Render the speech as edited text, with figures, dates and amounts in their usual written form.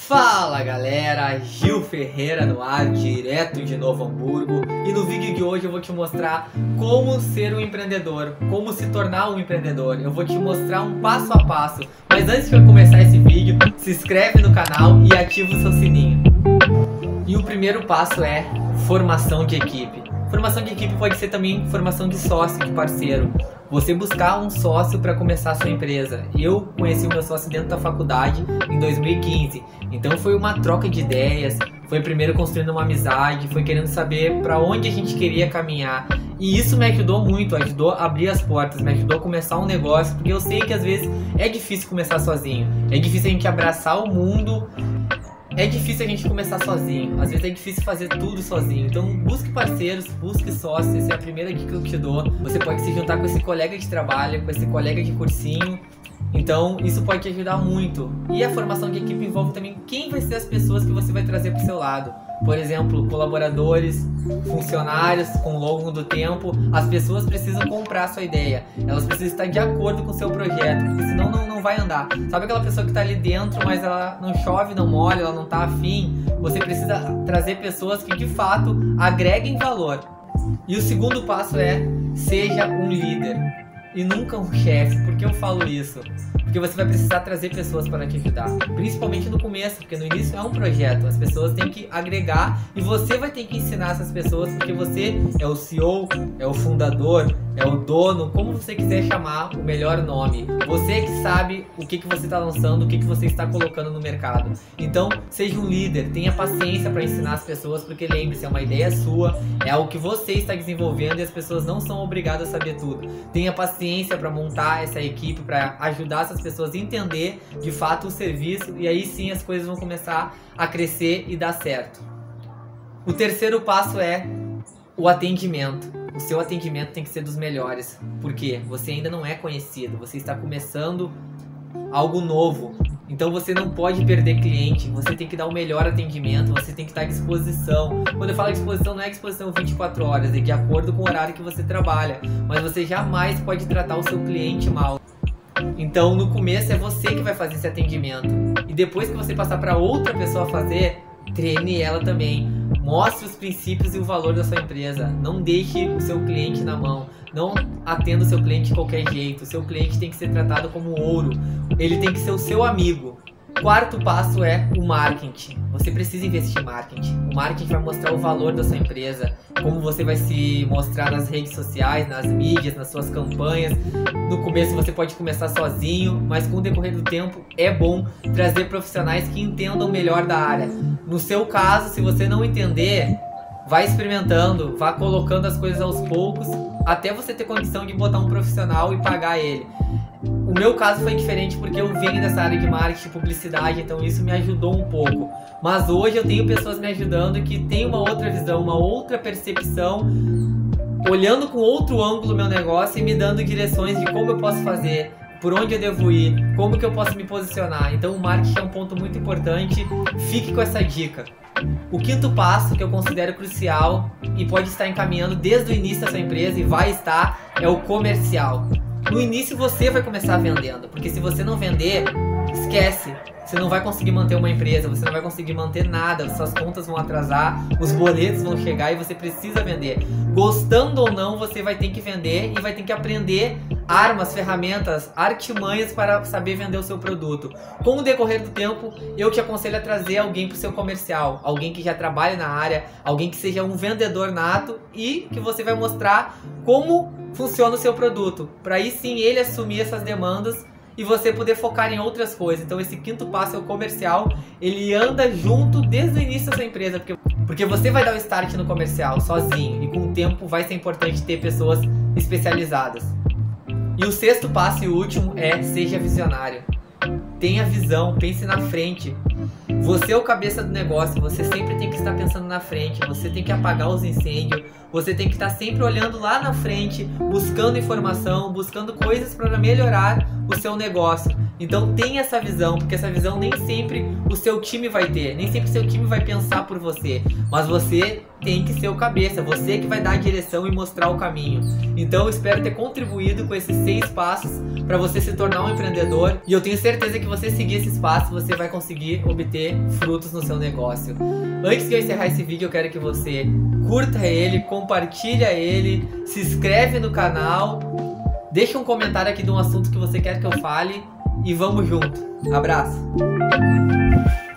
Fala galera, Gil Ferreira no ar, direto de Novo Hamburgo, e no vídeo de hoje eu vou te mostrar como ser um empreendedor, como se tornar um empreendedor. Eu vou te mostrar um passo a passo, mas antes de eu começar esse vídeo, se inscreve no canal e ativa o seu sininho. E o primeiro passo é formação de equipe. Formação de equipe pode ser também formação de sócio, de parceiro. Você buscar um sócio para começar a sua empresa. Eu conheci o meu sócio dentro da faculdade em 2015. Então foi uma troca de ideias, foi primeiro construindo uma amizade, foi querendo saber para onde a gente queria caminhar. E isso me ajudou muito, ajudou a abrir as portas, me ajudou a começar um negócio, porque eu sei que às vezes é difícil começar sozinho. É difícil a gente abraçar o mundo. É difícil a gente começar sozinho, às vezes é difícil fazer tudo sozinho. Então busque parceiros, busque sócios, essa é a primeira dica que eu te dou. Você pode se juntar com esse colega de trabalho, com esse colega de cursinho. Então isso pode te ajudar muito. E a formação de equipe envolve também quem vai ser as pessoas que você vai trazer para o seu lado. Por exemplo, colaboradores, funcionários, com o longo do tempo. As pessoas precisam comprar a sua ideia. Elas precisam estar de acordo com o seu projeto, porque senão não vai andar. Sabe aquela pessoa que está ali dentro, mas ela não chove, não molha, ela não está afim? Você precisa trazer pessoas que de fato agreguem valor. E o segundo passo é: seja um líder e nunca um chefe. Por que eu falo isso? Porque você vai precisar trazer pessoas para te ajudar, principalmente no começo, porque no início é um projeto, as pessoas têm que agregar e você vai ter que ensinar essas pessoas, porque você é o CEO, é o fundador, é o dono, como você quiser chamar o melhor nome. Você que sabe o que você está lançando, o que você está colocando no mercado. Então, seja um líder, tenha paciência para ensinar as pessoas, porque lembre-se, é uma ideia sua, é algo que você está desenvolvendo e as pessoas não são obrigadas a saber tudo. Tenha paciência para montar essa equipe, para ajudar essas pessoas a entender de fato o serviço, e aí sim as coisas vão começar a crescer e dar certo. O terceiro passo é o atendimento. O seu atendimento tem que ser dos melhores. Por quê? Você ainda não é conhecido, você está começando algo novo. Então você não pode perder cliente, você tem que dar o melhor atendimento, você tem que estar à disposição. Quando eu falo disposição, não é disposição 24 horas, é de acordo com o horário que você trabalha. Mas você jamais pode tratar o seu cliente mal. Então no começo é você que vai fazer esse atendimento. E depois que você passar para outra pessoa fazer, treine ela também. Mostre os princípios e o valor da sua empresa. Não deixe o seu cliente na mão. Não atenda o seu cliente de qualquer jeito. O seu cliente tem que ser tratado como ouro. Ele tem que ser o seu amigo. Quarto passo é o marketing. Você precisa investir em marketing. O marketing vai mostrar o valor da sua empresa, como você vai se mostrar nas redes sociais, nas mídias, nas suas campanhas. No começo você pode começar sozinho, mas com o decorrer do tempo é bom trazer profissionais que entendam melhor da área. No seu caso, se você não entender, vai experimentando, vá colocando as coisas aos poucos, até você ter condição de botar um profissional e pagar ele. O meu caso foi diferente porque eu venho dessa área de marketing e publicidade, então isso me ajudou um pouco. Mas hoje eu tenho pessoas me ajudando que têm uma outra visão, uma outra percepção, olhando com outro ângulo o meu negócio e me dando direções de como eu posso fazer, por onde eu devo ir, como que eu posso me posicionar. Então o marketing é um ponto muito importante, fique com essa dica. O quinto passo que eu considero crucial e pode estar encaminhando desde o início da sua empresa e vai estar, é o comercial. No início você vai começar vendendo, porque se você não vender, esquece. Você não vai conseguir manter uma empresa, você não vai conseguir manter nada, suas contas vão atrasar, os boletos vão chegar e você precisa vender. Gostando ou não, você vai ter que vender e vai ter que aprender armas, ferramentas, artimanhas para saber vender o seu produto. Com o decorrer do tempo, eu te aconselho a trazer alguém para o seu comercial, alguém que já trabalhe na área, alguém que seja um vendedor nato e que você vai mostrar como funciona o seu produto, para aí sim ele assumir essas demandas e você poder focar em outras coisas. Então esse quinto passo é o comercial, ele anda junto desde o início da sua empresa, porque você vai dar o start no comercial sozinho e com o tempo vai ser importante ter pessoas especializadas. E o sexto passo e último é: seja visionário. Tenha visão, pense na frente. Você é o cabeça do negócio, você sempre tem que estar pensando na frente, você tem que apagar os incêndios, você tem que estar sempre olhando lá na frente, buscando informação, buscando coisas para melhorar o seu negócio. Então tenha essa visão, porque essa visão nem sempre o seu time vai ter, nem sempre o seu time vai pensar por você, mas você tem que ser o cabeça, você que vai dar a direção e mostrar o caminho. Então eu espero ter contribuído com esses 6 passos para você se tornar um empreendedor, e eu tenho certeza que você seguir esses passos, você vai conseguir obter frutos no seu negócio. Antes de eu encerrar esse vídeo, eu quero que você curta ele, compartilha ele, se inscreve no canal, deixa um comentário aqui de um assunto que você quer que eu fale e vamos junto. Abraço!